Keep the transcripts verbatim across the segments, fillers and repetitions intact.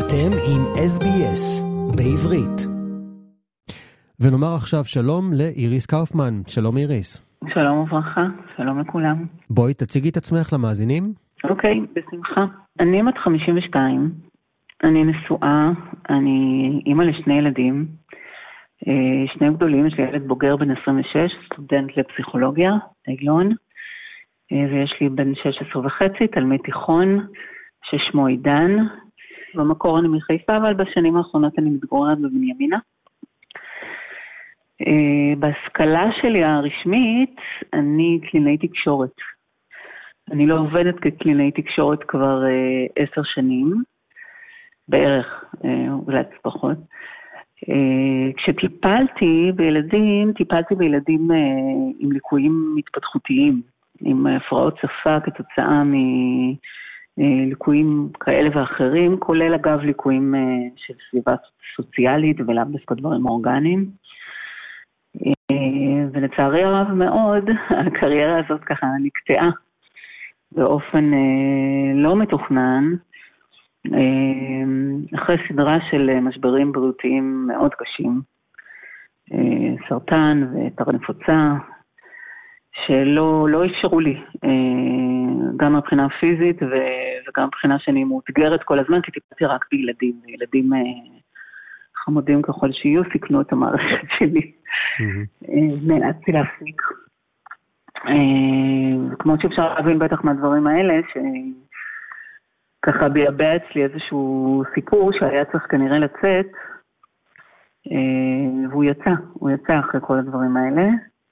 אתם עם אס בי אס בעברית. ונאמר עכשיו שלום לאיריס קאופמן. שלום איריס. שלום וברכה, שלום לכולם. בואי תציגי את עצמך למאזינים. אוקיי, בשמחה. אני בת חמישים ושתיים, אני נשואה, אני אימא לשני ילדים, שני גדולים, יש לי ילד בוגר בן עשרים ושש, סטודנט לפסיכולוגיה, עילון, ויש לי בן שש עשרה וחצי, תלמיד תיכון, ששמו עידן. במקור אני מחיפה, אבל בשנים האחרונות אני מתגוררת בבנימינה. בהשכלה שלי הרשמית, אני קלינאית תקשורת. אני לא עובדת כקלינאית תקשורת כבר עשר שנים, בערך, אולי פחות. כשטיפלתי בילדים, טיפלתי בילדים עם ליקויים התפתחותיים, עם הפרעות שפה כתוצאה מליקויים כאלה ואחרים, כולל אגב ליקויים של סביבה סוציאלית ולאו דווקא דברים אורגניים. ולצערי הרב מאוד, הקריירה הזאת ככה נקטעה באופן לא מתוכנן, אחרי סדרה של משברים בריאותיים מאוד קשים, סרטן ותר נפוצה, שלא לא אפשרו לי, גם מבחינה פיזית וגם מבחינה שאני מאותגרת כל הזמן, כי טיפלתי רק בילדים, וילדים חמודים ככל שיהיו, סיכנו את המערכת שלי. נאלצתי להפסיק. וכמו שאפשר להבין בטח מהדברים האלה, שככה ביאבע אצלי איזשהו סיפור שהיה צריך כנראה לצאת, והוא יצא, הוא יצא אחרי כל הדברים האלה.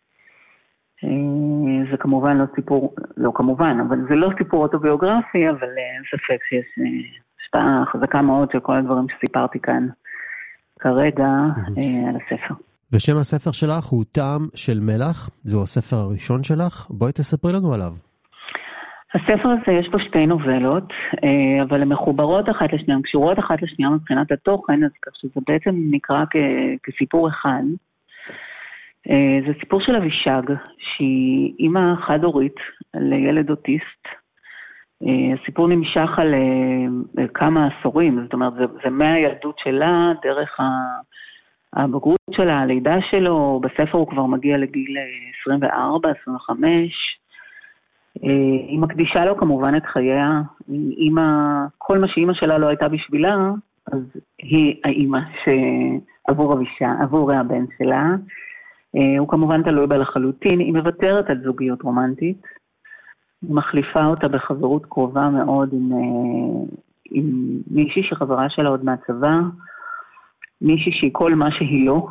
זה כמובן לא סיפור, לא כמובן, אבל זה לא סיפור אוטוביוגרפי, אבל אין ספק שיש השפעה חזקה מאוד של כל הדברים שסיפרתי כאן כרגע על הספר. ושם הספר שלך הוא טעם של מלח, זהו הספר הראשון שלך, בואי תספרי לנו עליו. הספר הזה יש פה שתי נובלות, אבל הן מחוברות אחת לשנייה, הן קשורות אחת לשנייה מבחינת התוכן, אז כך שזה בעצם נקרא כ- כסיפור אחד. זה סיפור של אבישג, שהיא אימא חד-הורית לילד אוטיסט. הסיפור נמשך על כמה עשורים, זאת אומרת, זה, זה מהילדות שלה, דרך הבגרות שלה, הלידה שלו, בספר הוא כבר מגיע לגיל עשרים וארבע עשרים וחמש. היא מקדישה לו כמובן את חייה, אימא, כל מה שאימא שלה לא הייתה בשבילה, אז היא האימא שעבור אבישג, עבור הבן שלה. הוא כמובן תלוי בה לחלוטין, היא מוותרת על זוגיות רומנטית, היא מחליפה אותה בחברות קרובה מאוד עם, עם מישהי שחברה שלה עוד מהצבא, מישהי שהיא כל מה שהיא לא,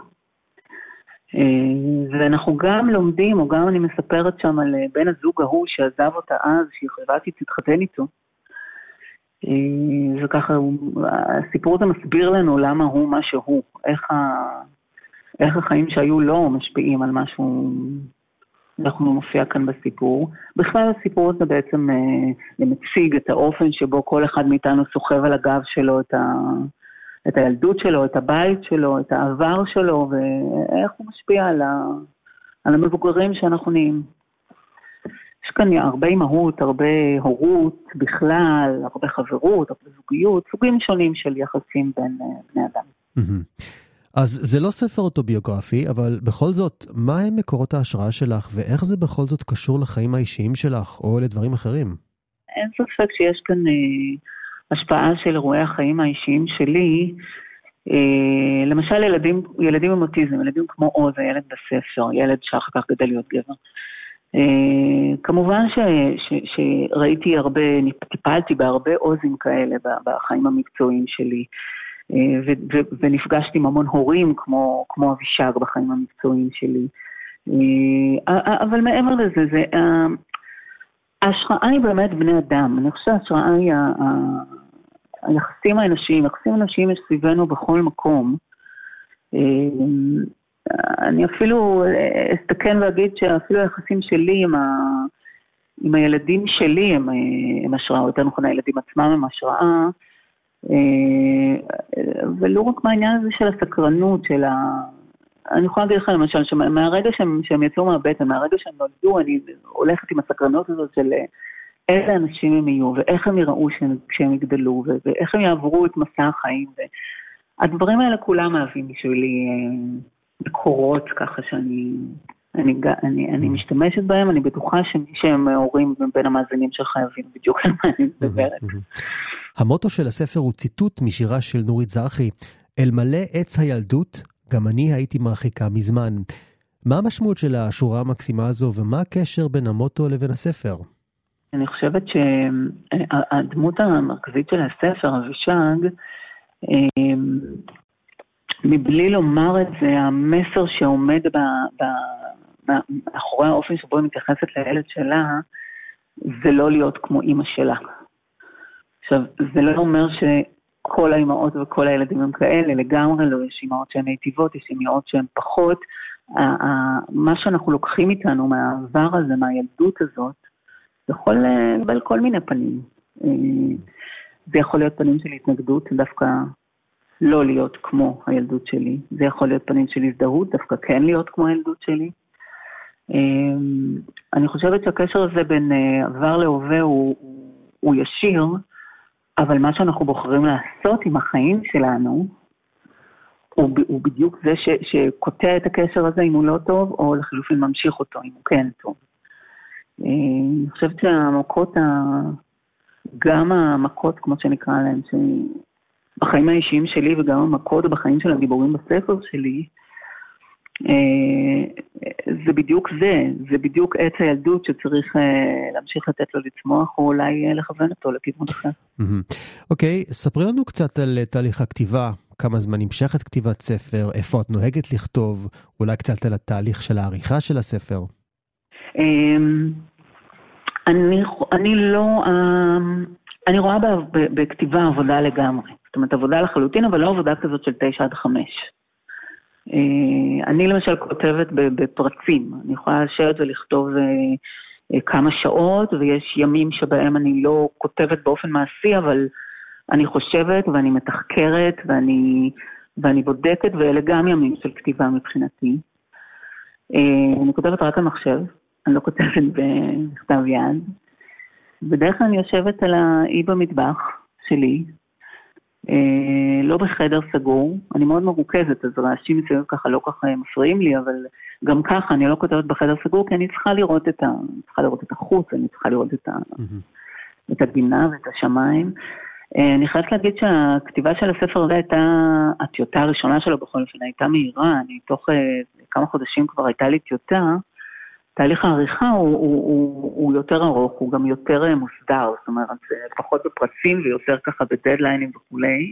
ואנחנו גם לומדים, או גם אני מספרת שם על בן הזוג ההוא שעזב אותה אז, שהיא חייבתי תתחתן איתו, וככה הסיפור הזה מסביר לנו למה הוא מה שהוא, איך ה... איך החיים שהיו לא משפיעים על משהו, אנחנו מופיע כאן בסיפור. בכלל הסיפור הזה בעצם אה, מציג את האופן שבו כל אחד מאיתנו סוחב על הגב שלו את, ה, את הילדות שלו, את הבית שלו, את העבר שלו, ואיך הוא משפיע על, ה, על המבוגרים שאנחנו נהיים. יש כאן הרבה אימהות, הרבה הורות בכלל, הרבה חברות, הרבה זוגיות, סוגים שונים של יחסים בין אה, בני אדם. Mm-hmm. אז זה לא ספר אוטוביוגרפי, אבל בכל זאת, מה הם מקורות ההשראה שלך, ואיך זה בכל זאת קשור לחיים האישיים שלך, או לדברים אחרים? אין ספק שיש כאן אה, השפעה של אירועי החיים האישיים שלי, אה, למשל ילדים, ילדים עם אוטיזם, ילדים כמו עוז, ילד בספר, ילד שאחר כך גדל להיות גבר. אה, כמובן ש, ש, שראיתי הרבה, טיפלתי בהרבה עוזים כאלה בחיים המקצועיים שלי, ו- ו- ונפגשתי עם המון הורים כמו, כמו אבישג בחיים המקצועיים שלי. אבל מעבר לזה, זה, ההשראה היא באמת בני אדם. אני חושבת שההשראה היא ה- ה- היחסים האנושיים, יחסים אנושיים יש סביבנו בכל מקום. אני אפילו אסתכן ואגיד שאפילו היחסים שלי עם, ה- עם הילדים שלי הם, הם השראה, או יותר נכון הילדים עצמם הם השראה, ולא רק מהעניין הזה של הסקרנות, של ה... אני יכולה להגיד לך למשל, שמהרגע שהם, שהם יצאו מהבטן, מהרגע שהם נולדו, אני הולכת עם הסקרנות הזאת של איזה אנשים הם יהיו, ואיך הם יראו כשהם יגדלו, ואיך הם יעברו את מסע החיים. הדברים האלה כולם מהווים בשבילי מקורות, ככה שאני אני, אני, אני משתמשת בהם, אני בטוחה שמי שהם הורים בין המאזינים שלך יבינו בדיוק על מה אני מדברת. המוטו של הספר הוא ציטוט משירה של נורית זרחי, אלמלא עץ הילדות, גם אני הייתי מרחיקה מזמן. מה המשמעות של השורה המקסימה הזו, ומה הקשר בין המוטו לבין הספר? אני חושבת שהדמות המרכזית של הספר, אבישג, מבלי לומר את זה, המסר שעומד מאחורי האופן שבו היא מתייחסת לילד שלה, זה לא להיות כמו אמא שלה. עכשיו, זה לא אומר שכל האמהות וכל הילדים הם כאלה, לגמרי לא, יש אמהות שהן מיטיבות, יש אמהות שהן פחות. מה שאנחנו לוקחים איתנו מהעבר הזה, מהילדות הזאת, זה יכול לקבל כל מיני פנים. זה יכול להיות פנים של התנגדות, דווקא לא להיות כמו הילדות שלי. זה יכול להיות פנים של הזדהות, דווקא כן להיות כמו הילדות שלי. אני חושבת שהקשר הזה בין עבר להווה הוא, הוא ישיר, אבל מה שאנחנו בוחרים לעשות עם החיים שלנו, הוא, הוא בדיוק זה ש, שקוטע את הקשר הזה אם הוא לא טוב, או לחילופין ממשיך אותו אם הוא כן טוב. אני חושבת שהמכות, גם המכות, כמו שנקרא להם, בחיים האישיים שלי, וגם המכות בחיים של הגיבורים בספר שלי, זה בדיוק זה, זה בדיוק עץ הילדות שצריך להמשיך לתת לו לצמוח, או אולי לכוון אותו לכיוון אחר. אוקיי, ספרי לנו קצת על תהליך הכתיבה, כמה זמן נמשכת כתיבת ספר, איפה את נוהגת לכתוב, אולי קצת על התהליך של העריכה של הספר. אני, אני לא, אני רואה בכתיבה עבודה לגמרי, זאת אומרת עבודה לחלוטין, אבל לא עבודה כזאת של תשע עד חמש. אני למשל כותבת בפרצים, אני יכולה לשבת ולכתוב כמה שעות, ויש ימים שבהם אני לא כותבת באופן מעשי, אבל אני חושבת ואני מתחקרת ואני, ואני בודקת, ואלה גם ימים של כתיבה מבחינתי. אני כותבת רק על מחשב, אני לא כותבת בכתב יד. בדרך כלל אני יושבת על האי במטבח שלי, לא בחדר סגור, אני מאוד מרוכזת, אז רעשים מסוים ככה לא ככה מפריעים לי, אבל גם ככה אני לא כותבת בחדר סגור, כי אני צריכה לראות את, ה, צריכה לראות את החוץ, אני צריכה לראות את, ה, mm-hmm. את הגינה ואת השמיים. אני חייבת להגיד שהכתיבה של הספר הזה הייתה, הטיוטה הראשונה שלו בכל אופן הייתה מהירה, אני תוך כמה חודשים כבר הייתה לי טיוטה, תהליך העריכה הוא, הוא, הוא, הוא יותר ארוך, הוא גם יותר מוסדר, זאת אומרת, פחות בפרצים ויותר ככה בדדליינים וכולי.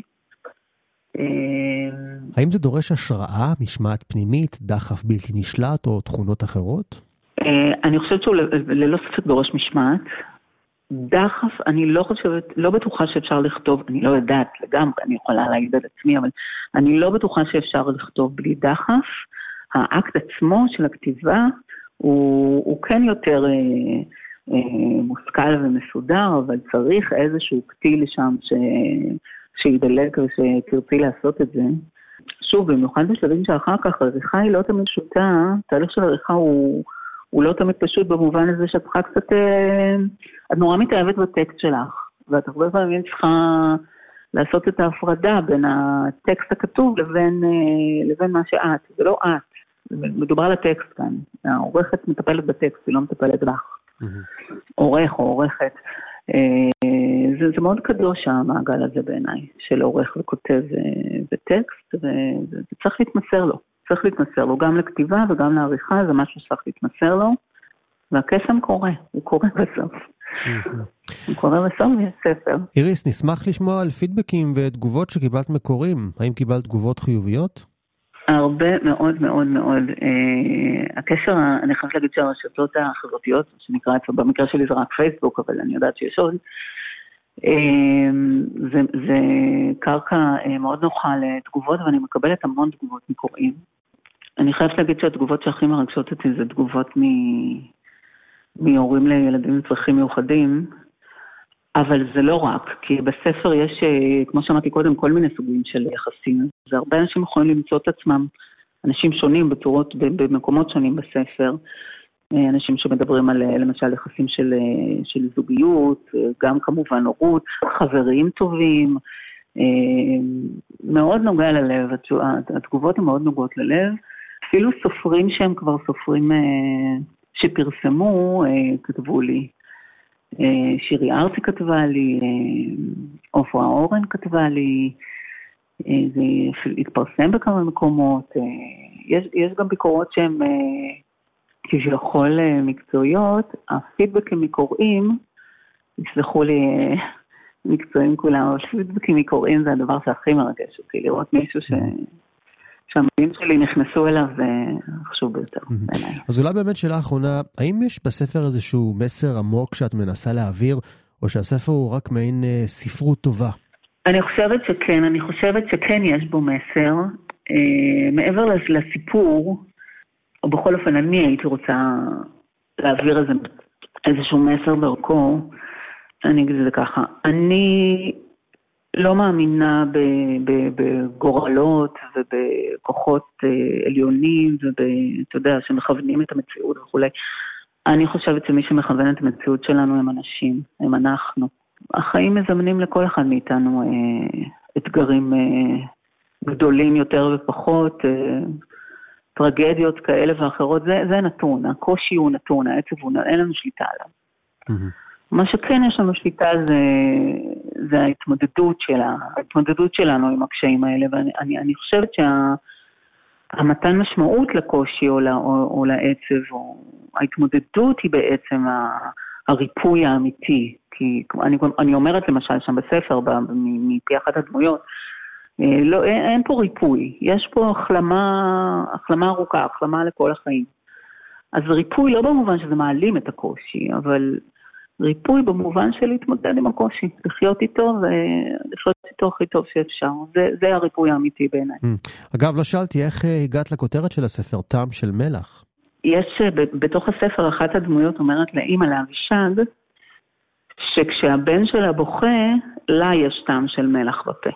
האם זה דורש השראה, משמעת פנימית, דחף בלתי נשלט או תכונות אחרות? אני חושבת שהוא ללא ספק דורש משמעת. דחף, אני לא חושבת, לא בטוחה שאפשר לכתוב, אני לא יודעת לגמרי, אני יכולה להגיד על עצמי, אבל אני לא בטוחה שאפשר לכתוב בלי דחף. האקט עצמו של הכתיבה, הוא, הוא כן יותר אה, אה, מושכל ומסודר, אבל צריך איזשהו קטיל שם ש, שידלק ושתרצי לעשות את זה. שוב, במיוחד בשלבים שאחר כך, העריכה היא לא תמיד פשוטה, תהליך של העריכה הוא, הוא לא תמיד פשוט במובן הזה שאת צריכה קצת, אה, את נורא מתאהבת בטקסט שלך, ואת הרבה פעמים צריכה לעשות את ההפרדה בין הטקסט הכתוב לבין, אה, לבין מה שאת, זה לא את. מדובר על הטקסט כאן, העורכת מטפלת בטקסט, היא לא מטפלת לך. עורך או עורכת. זה, זה מאוד קדוש המעגל הזה בעיניי, של עורך וכותב בטקסט, וזה צריך להתמסר לו. צריך להתמסר לו גם לכתיבה וגם לעריכה, זה משהו שצריך להתמסר לו, והקסם קורה, הוא קורה בסוף. הוא קורה בסוף ויש ספר. איריס, נשמח לשמוע על פידבקים ותגובות שקיבלת מקורים. האם קיבלת תגובות חיוביות? הרבה מאוד מאוד מאוד. הקשר, אני חייבת להגיד שהרשתות החברתיות, שנקרא במקרה שלי זה רק פייסבוק, אבל אני יודעת שיש עוד, זה, זה קרקע מאוד נוחה לתגובות, ואני מקבלת המון תגובות מקוראים. אני חייבת להגיד שהתגובות שהכי מרגשות אותי זה תגובות מהורים לילדים עם צרכים מיוחדים, אבל זה לא רק, כי בספר יש, כמו שאמרתי קודם, כל מיני סוגים של יחסים. זה הרבה אנשים יכולים למצוא את עצמם, אנשים שונים בצורות, במקומות שונים בספר. אנשים שמדברים על למשל יחסים של, של זוגיות, גם כמובן הורות, חברים טובים, מאוד נוגע ללב, התגובות הן מאוד נוגעות ללב, אפילו סופרים שהם כבר סופרים שפרסמו, כתבו לי, שירי ארצי כתבה לי, עופרה אורן כתבה לי, זה התפרסם בכמה מקומות, יש, יש גם ביקורות שהן כביכול מקצועיות, הפידבקים מקוראים, יסלחו לי מקצועים כולם, אבל פידבקים מקוראים זה הדבר שהכי מרגש אותי, לראות מישהו ש... שהמילים שלי נכנסו אליו זה חשוב ביותר. אז אולי באמת שאלה האחרונה, האם יש בספר איזשהו מסר עמוק שאת מנסה להעביר, או שהספר הוא רק מעין ספרות טובה? אני חושבת שכן, אני חושבת שכן יש בו מסר, מעבר לסיפור, או בכל אופן אני הייתי רוצה להעביר איזה, איזשהו מסר דרכו, אני אגיד את זה ככה, אני לא מאמינה בגורלות ובכוחות עליונים ואתה יודע, שמכוונים את המציאות וכולי. אני חושבת שמי שמכוון את המציאות שלנו הם אנשים, הם אנחנו. החיים מזמנים לכל אחד מאיתנו אה, אתגרים אה, גדולים יותר ופחות, אה, טרגדיות כאלה ואחרות, זה, זה נתון, הקושי הוא נתון, העצב הוא, אין לנו שליטה עליו. Mm-hmm. מה שכן יש לנו שליטה זה, זה ההתמודדות, שלה, ההתמודדות שלנו עם הקשיים האלה, ואני אני, אני חושבת שהמתן משמעות לקושי או, או, או לעצב, או ההתמודדות היא בעצם הריפוי האמיתי, כי אני, אני אומרת למשל שם בספר, מפי אחת הדמויות, לא, אין, אין פה ריפוי, יש פה החלמה, החלמה ארוכה, החלמה לכל החיים. אז ריפוי לא במובן שזה מעלים את הקושי, אבל ריפוי במובן של להתמודד עם הקושי, לחיות איתו ולחיות איתו הכי טוב שאפשר. זה, זה הריפוי האמיתי בעיניי. אגב, לא שאלתי, איך הגעת לכותרת של הספר, טעם של מלח? יש, בתוך הספר, אחת הדמויות אומרת לאמא לאבישג, שכשהבן שלה בוכה, לה יש טעם של מלח בפה.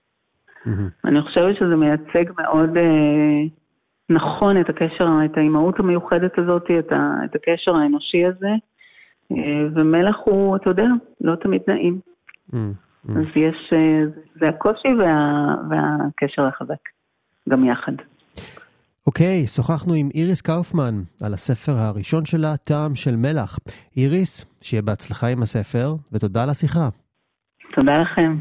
אני חושבת שזה מייצג מאוד אה, נכון את הקשר, את האימהות המיוחדת הזאת, את, ה, את הקשר האנושי הזה, אה, ומלח הוא, אתה יודע, לא תמיד נעים. אז יש, אה, זה הקושי וה, והקשר החזק, גם יחד. אוקיי, שוחחנו עם איריס קאופמן על הספר הראשון שלה, טעם של מלח. איריס, שיהיה בהצלחה עם הספר, ותודה על השיחה. תודה לכם.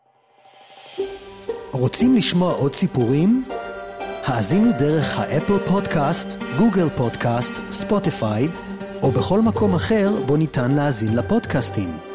רוצים לשמוע עוד סיפורים? האזינו דרך האפל פודקאסט, גוגל פודקאסט, ספוטיפיי, או בכל מקום אחר בו ניתן להאזין לפודקאסטים.